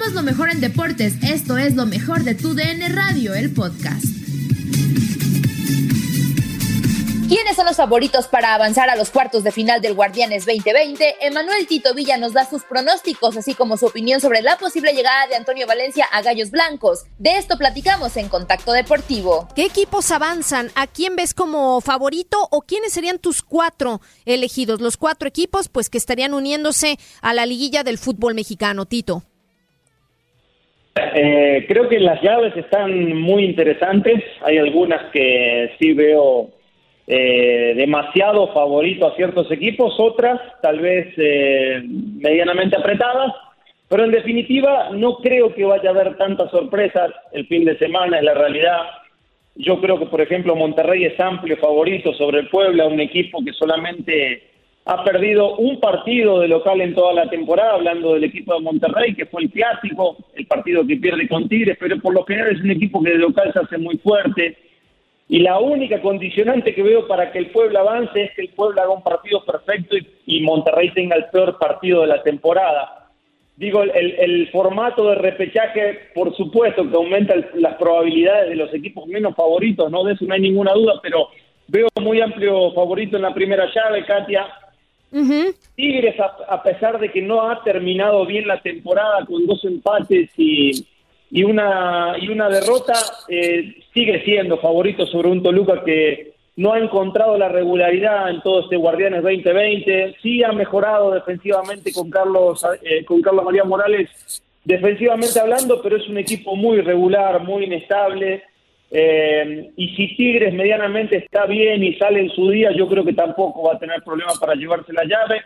Somos lo mejor en deportes. Esto es lo mejor de tu DN Radio, el podcast. ¿Quiénes son los favoritos para avanzar a los cuartos de final del Guardianes 2020? Emanuel Tito Villa nos da sus pronósticos, así como su opinión sobre la posible llegada de Antonio Valencia a Gallos Blancos. De esto platicamos en Contacto Deportivo. ¿Qué equipos avanzan? ¿A quién ves como favorito o quiénes serían tus 4 elegidos? Los 4 equipos pues que estarían uniéndose a la liguilla del fútbol mexicano, Tito. Creo que las llaves están muy interesantes. Hay algunas que sí veo demasiado favorito a ciertos equipos, otras tal vez medianamente apretadas, pero en definitiva no creo que vaya a haber tantas sorpresas el fin de semana, es la realidad. Yo creo que, por ejemplo, Monterrey es amplio favorito sobre el Puebla, un equipo que solamente ha perdido un partido de local en toda la temporada, hablando del equipo de Monterrey, que fue el clásico, el partido que pierde con Tigres, pero por lo general es un equipo que de local se hace muy fuerte. Y la única condicionante que veo para que el Puebla avance es que el Puebla haga un partido perfecto y Monterrey tenga el peor partido de la temporada. Digo, el formato de repechaje, por supuesto, que aumenta las probabilidades de los equipos menos favoritos, ¿no? De eso no hay ninguna duda, pero veo muy amplio favorito en la primera llave, Katia. Uh-huh. Tigres, a pesar de que no ha terminado bien la temporada con 2 empates y una derrota, sigue siendo favorito sobre un Toluca que no ha encontrado la regularidad en todo este Guardianes 2020. Sí ha mejorado defensivamente con Carlos María Morales, defensivamente hablando, pero es un equipo muy irregular, muy inestable. Y si Tigres medianamente está bien y sale en su día, yo creo que tampoco va a tener problemas para llevarse la llave.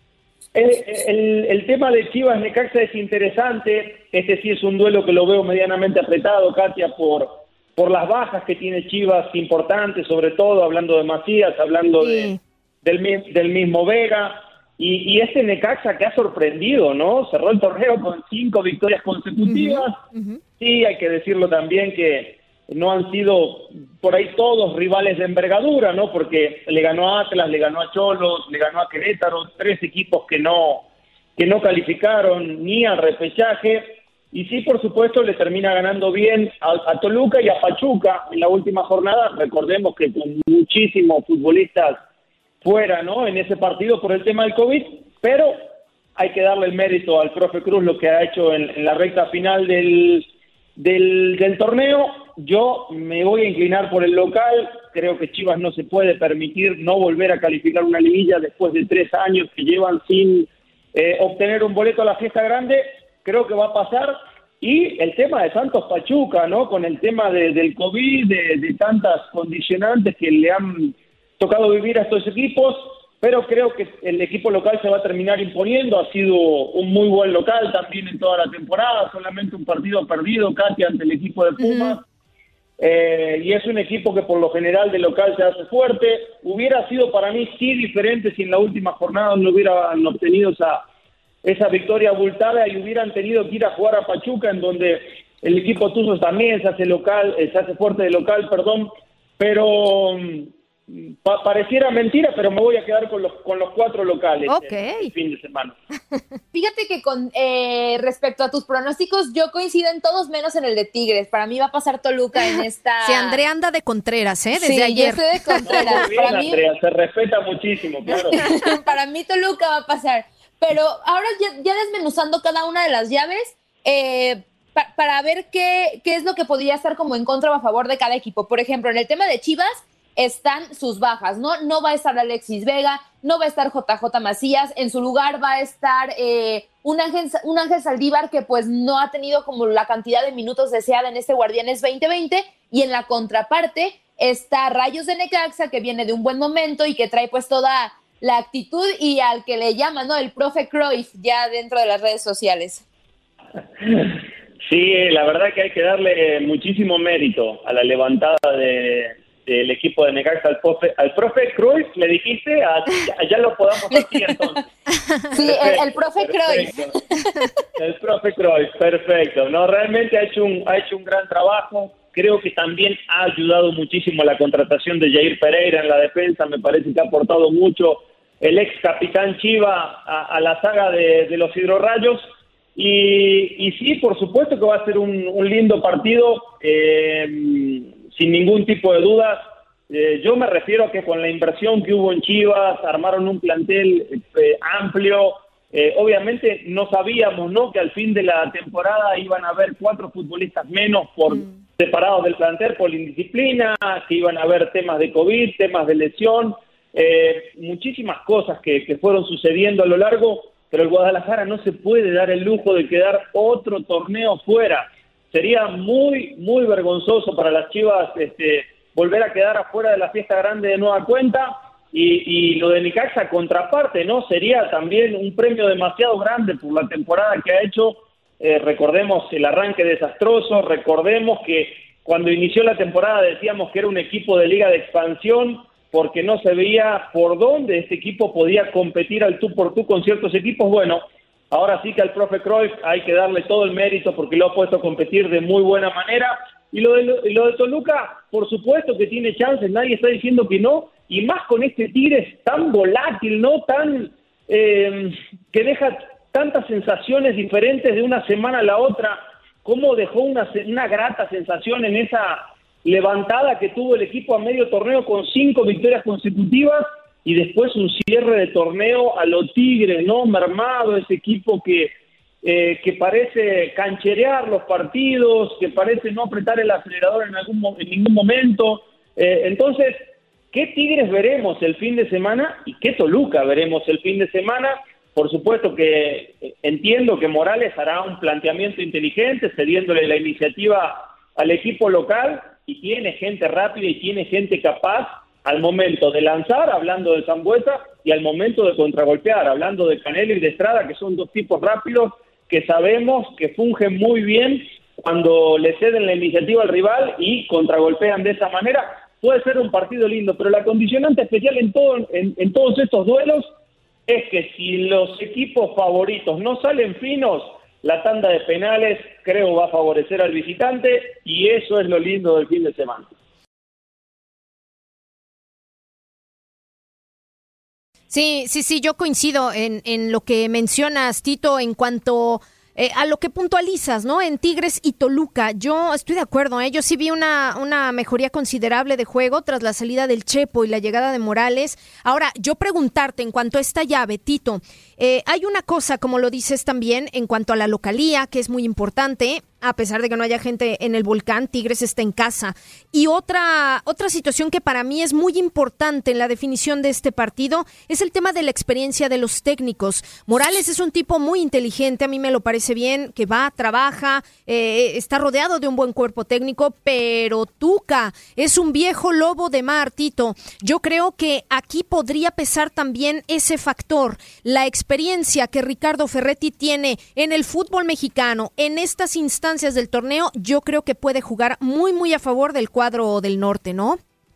El tema de Chivas Necaxa es interesante. Este sí es un duelo que lo veo medianamente apretado, Katia, por las bajas que tiene Chivas importantes, sobre todo hablando de Macías, hablando del mismo Vega, y este Necaxa que ha sorprendido, ¿no? Cerró el torneo con 5 victorias consecutivas. Uh-huh. Sí, hay que decirlo también que no han sido por ahí todos rivales de envergadura, ¿no? Porque le ganó a Atlas, le ganó a Xolos, le ganó a Querétaro, 3 equipos que no calificaron ni al repechaje. Y sí, por supuesto, le termina ganando bien a Toluca y a Pachuca en la última jornada. Recordemos que con muchísimos futbolistas fuera, ¿no? En ese partido por el tema del COVID, pero hay que darle el mérito al profe Cruz lo que ha hecho en la recta final del torneo. Yo me voy a inclinar por el local. Creo que Chivas no se puede permitir no volver a calificar una liguilla después de 3 años que llevan sin obtener un boleto a la fiesta grande. Creo que va a pasar. Y el tema de Santos Pachuca, ¿no? Con el tema del COVID, de tantas condicionantes que le han tocado vivir a estos equipos, pero creo que el equipo local se va a terminar imponiendo. Ha sido un muy buen local también en toda la temporada, solamente un partido perdido, Katia, ante el equipo de Pumas. Uh-huh. Y es un equipo que por lo general de local se hace fuerte. Hubiera sido para mí sí diferente si en la última jornada no hubieran obtenido esa victoria abultada y hubieran tenido que ir a jugar a Pachuca, en donde el equipo Tuzos también se hace fuerte de local, pero pareciera mentira, pero me voy a quedar con los 4 locales. Okay. El fin de semana. Fíjate que con respecto a tus pronósticos, yo coincido en todos menos en el de Tigres. Para mí va a pasar Toluca en esta... Sí, Andrea anda de Contreras, desde sí, ayer. Sí, yo estoy de Contreras. No, muy bien, para Andrea, se respeta muchísimo, claro. Para mí Toluca va a pasar. Pero ahora ya desmenuzando cada una de las llaves, para ver qué es lo que podría estar como en contra o a favor de cada equipo. Por ejemplo, en el tema de Chivas están sus bajas, ¿no? No va a estar Alexis Vega, no va a estar JJ Macías, en su lugar va a estar un Ángel Saldívar que pues no ha tenido como la cantidad de minutos deseada en este Guardianes 2020, y en la contraparte está Rayos de Necaxa, que viene de un buen momento y que trae pues toda la actitud y al que le llaman, ¿no? El profe Cruyff ya dentro de las redes sociales. Sí, la verdad que hay que darle muchísimo mérito a la levantada del equipo de Necaxa al profe Cruyff, ¿le dijiste? Ya lo podamos decir entonces. Sí, el profe Cruyff. El profe Cruyff, perfecto. No, realmente ha hecho un gran trabajo. Creo que también ha ayudado muchísimo a la contratación de Jair Pereira en la defensa. Me parece que ha aportado mucho el ex capitán Chiva a la saga de los Hidrorrayos. Y sí, por supuesto que va a ser un lindo partido, sin ningún tipo de dudas. Yo me refiero a que con la inversión que hubo en Chivas, armaron un plantel amplio. Obviamente no sabíamos, ¿no?, que al fin de la temporada iban a haber 4 futbolistas menos separados del plantel por la indisciplina, que iban a haber temas de COVID, temas de lesión, muchísimas cosas que fueron sucediendo a lo largo, pero el Guadalajara no se puede dar el lujo de quedar otro torneo fuera. Sería muy, muy vergonzoso para las Chivas volver a quedar afuera de la fiesta grande de nueva cuenta, y lo de Necaxa, contraparte, ¿no? Sería también un premio demasiado grande por la temporada que ha hecho. Recordemos el arranque desastroso, recordemos que cuando inició la temporada decíamos que era un equipo de liga de expansión, porque no se veía por dónde este equipo podía competir al tú por tú con ciertos equipos. Bueno, ahora sí que al profe Cruyff hay que darle todo el mérito porque lo ha puesto a competir de muy buena manera. Y lo de Toluca, por supuesto que tiene chances, nadie está diciendo que no, y más con este Tigres tan volátil, ¿no? Tan que deja tantas sensaciones diferentes de una semana a la otra, como dejó una grata sensación en esa levantada que tuvo el equipo a medio torneo con 5 victorias consecutivas, y después un cierre de torneo a los Tigres, ¿no? Mermado, ese equipo que parece cancherear los partidos, que parece no apretar el acelerador en ningún momento. Entonces, ¿qué Tigres veremos el fin de semana y qué Toluca veremos el fin de semana? Por supuesto que entiendo que Morales hará un planteamiento inteligente, cediéndole la iniciativa al equipo local, y tiene gente rápida y tiene gente capaz al momento de lanzar, hablando de Sambueza, y al momento de contragolpear, hablando de Canelo y de Estrada, que son 2 tipos rápidos que sabemos que fungen muy bien cuando le ceden la iniciativa al rival y contragolpean de esa manera. Puede ser un partido lindo, pero la condicionante especial en todos estos duelos es que si los equipos favoritos no salen finos, la tanda de penales creo va a favorecer al visitante, y eso es lo lindo del fin de semana. Sí, yo coincido en lo que mencionas, Tito, en cuanto a lo que puntualizas, ¿no? En Tigres y Toluca, yo estoy de acuerdo, yo sí vi una mejoría considerable de juego tras la salida del Chepo y la llegada de Morales. Ahora, yo preguntarte en cuanto a esta llave, Tito, hay una cosa, como lo dices también, en cuanto a la localía, que es muy importante. A pesar de que no haya gente en el Volcán, Tigres está en casa. Y otra situación que para mí es muy importante en la definición de este partido es el tema de la experiencia de los técnicos. Morales es un tipo muy inteligente, a mí me lo parece bien, que va, trabaja, está rodeado de un buen cuerpo técnico, pero Tuca es un viejo lobo de mar, Tito. Yo creo que aquí podría pesar también ese factor, la experiencia que Ricardo Ferretti tiene en el fútbol mexicano, en estas instancias del torneo. Yo creo que puede jugar muy, muy a favor del cuadro del norte, ¿no?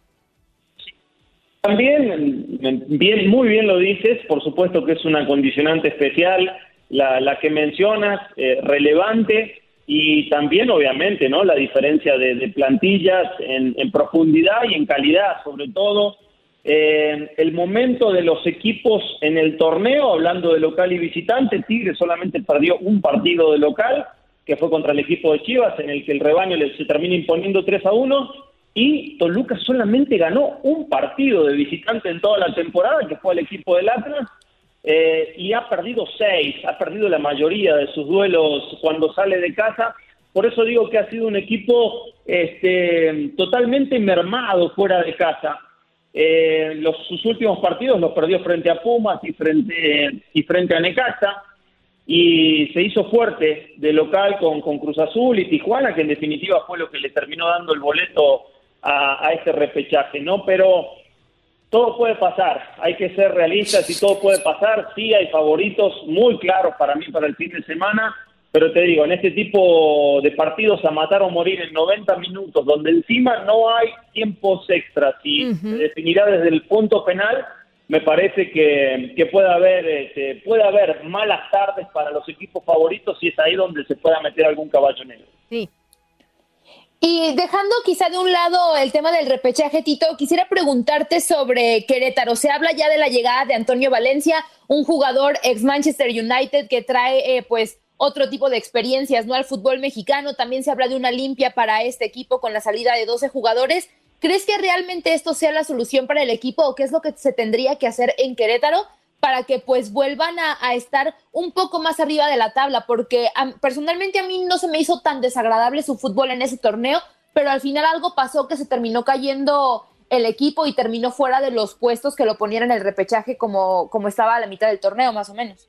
También, muy bien lo dices, por supuesto que es una condicionante especial, la que mencionas, relevante, y también obviamente, ¿no?, la diferencia de plantillas en profundidad y en calidad, sobre todo. El momento de los equipos en el torneo, hablando de local y visitante, Tigres solamente perdió un partido de local, que fue contra el equipo de Chivas, en el que el rebaño se termina imponiendo 3-1, y Toluca solamente ganó un partido de visitante en toda la temporada, que fue el equipo del Atlas, y ha perdido 6, ha perdido la mayoría de sus duelos cuando sale de casa. Por eso digo que ha sido un equipo totalmente mermado fuera de casa. Sus últimos partidos los perdió frente a Pumas y frente a Necaxa, y se hizo fuerte de local con Cruz Azul y Tijuana, que en definitiva fue lo que le terminó dando el boleto a este repechaje, ¿no? Pero todo puede pasar, hay que ser realistas y todo puede pasar. Sí, hay favoritos muy claros para mí para el fin de semana, pero te digo, en este tipo de partidos a matar o morir en 90 minutos, donde encima no hay tiempos extras y se definirá desde el punto penal, me parece que puede haber malas tardes para los equipos favoritos, y es ahí donde se pueda meter algún caballo negro. Sí. Y dejando quizá de un lado el tema del repechaje, Tito, quisiera preguntarte sobre Querétaro. Se habla ya de la llegada de Antonio Valencia, un jugador ex Manchester United que trae pues otro tipo de experiencias, ¿no? Al fútbol mexicano. También se habla de una limpia para este equipo con la salida de 12 jugadores. ¿Crees que realmente esto sea la solución para el equipo o qué es lo que se tendría que hacer en Querétaro para que pues vuelvan a estar un poco más arriba de la tabla? Porque personalmente a mí no se me hizo tan desagradable su fútbol en ese torneo, pero al final algo pasó que se terminó cayendo el equipo y terminó fuera de los puestos que lo ponían en el repechaje como estaba a la mitad del torneo, más o menos.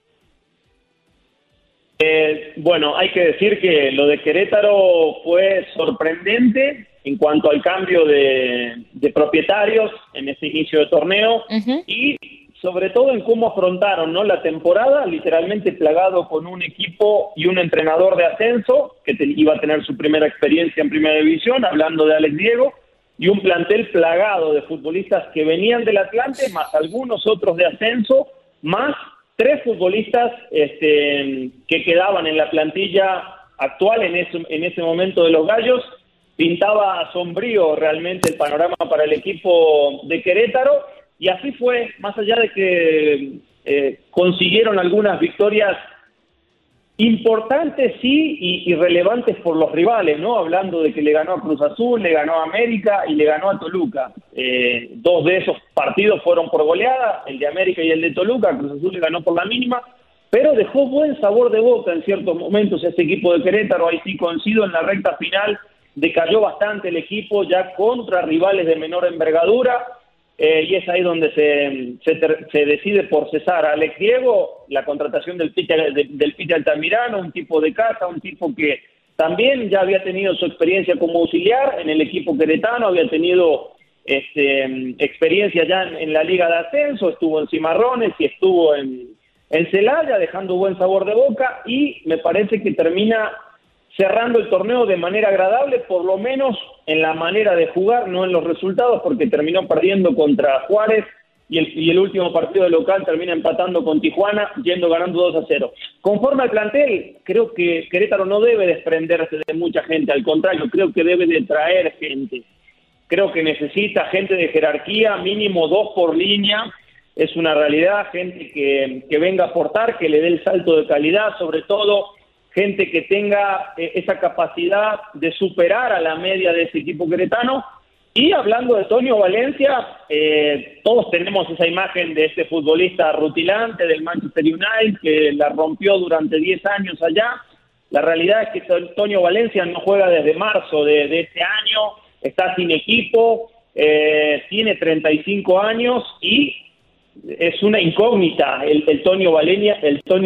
Bueno, hay que decir que lo de Querétaro fue sorprendente en cuanto al cambio de propietarios en ese inicio de torneo y sobre todo en cómo afrontaron, ¿no?, la temporada, literalmente plagado con un equipo y un entrenador de ascenso que iba a tener su primera experiencia en Primera División, hablando de Alex Diego, y un plantel plagado de futbolistas que venían del Atlante, más algunos otros de ascenso, más 3 futbolistas que quedaban en la plantilla actual en ese momento de los Gallos. Pintaba sombrío realmente el panorama para el equipo de Querétaro, y así fue, más allá de que consiguieron algunas victorias importantes, sí, y relevantes por los rivales, ¿no? Hablando de que le ganó a Cruz Azul, le ganó a América y le ganó a Toluca. 2 de esos partidos fueron por goleada, el de América y el de Toluca. Cruz Azul le ganó por la mínima, pero dejó buen sabor de boca en ciertos momentos este equipo de Querétaro. Ahí sí coincido, en la recta final decayó bastante el equipo ya contra rivales de menor envergadura. Y es ahí donde se decide por cesar a Alex Diego, la contratación del Pite Altamirano, un tipo de casa, un tipo que también ya había tenido su experiencia como auxiliar en el equipo queretano, había tenido experiencia ya en la Liga de Ascenso, estuvo en Cimarrones y estuvo en Celaya, dejando buen sabor de boca, y me parece que termina cerrando el torneo de manera agradable, por lo menos en la manera de jugar, no en los resultados, porque terminó perdiendo contra Juárez y el último partido de local termina empatando con Tijuana, ganando 2-0. Conforme al plantel, creo que Querétaro no debe desprenderse de mucha gente, al contrario, creo que debe de traer gente. Creo que necesita gente de jerarquía, mínimo 2 por línea, es una realidad, gente que venga a aportar, que le dé el salto de calidad, sobre todo gente que tenga esa capacidad de superar a la media de ese equipo queretano. Y hablando de Tonio Valencia, todos tenemos esa imagen de este futbolista rutilante del Manchester United que la rompió durante 10 años allá. La realidad es que Tonio Valencia no juega desde marzo de este año, está sin equipo, tiene 35 años y es una incógnita el Tonio Valencia,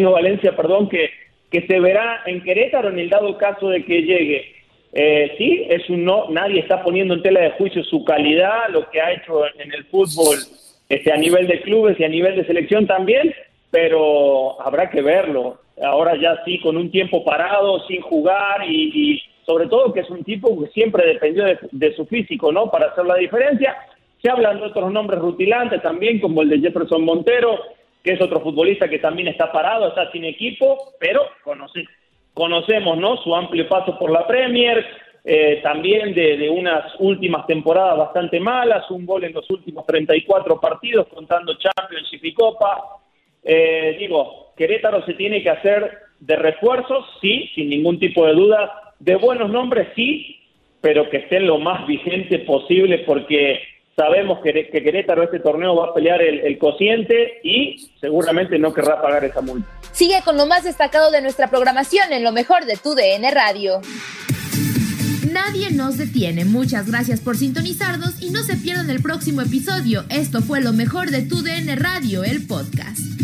que se verá en Querétaro en el dado caso de que llegue. Sí, es un no, nadie está poniendo en tela de juicio su calidad, lo que ha hecho en el fútbol a nivel de clubes y a nivel de selección también, pero habrá que verlo. Ahora ya sí, con un tiempo parado, sin jugar y sobre todo que es un tipo que siempre dependió de su físico, ¿no?, para hacer la diferencia. Se hablan de otros nombres rutilantes también, como el de Jefferson Montero, que es otro futbolista que también está parado, está sin equipo, pero conocemos, ¿no?, su amplio paso por la Premier, también de unas últimas temporadas bastante malas, un gol en los últimos 34 partidos, contando Championship y Copa. Querétaro se tiene que hacer de refuerzos, sí, sin ningún tipo de duda, de buenos nombres, sí, pero que estén lo más vigente posible, porque sabemos que Querétaro este torneo va a pelear el cociente y seguramente no querrá pagar esa multa. Sigue con lo más destacado de nuestra programación en lo mejor de tu DN Radio. Nadie nos detiene. Muchas gracias por sintonizarnos y no se pierdan el próximo episodio. Esto fue lo mejor de tu DN Radio, el podcast.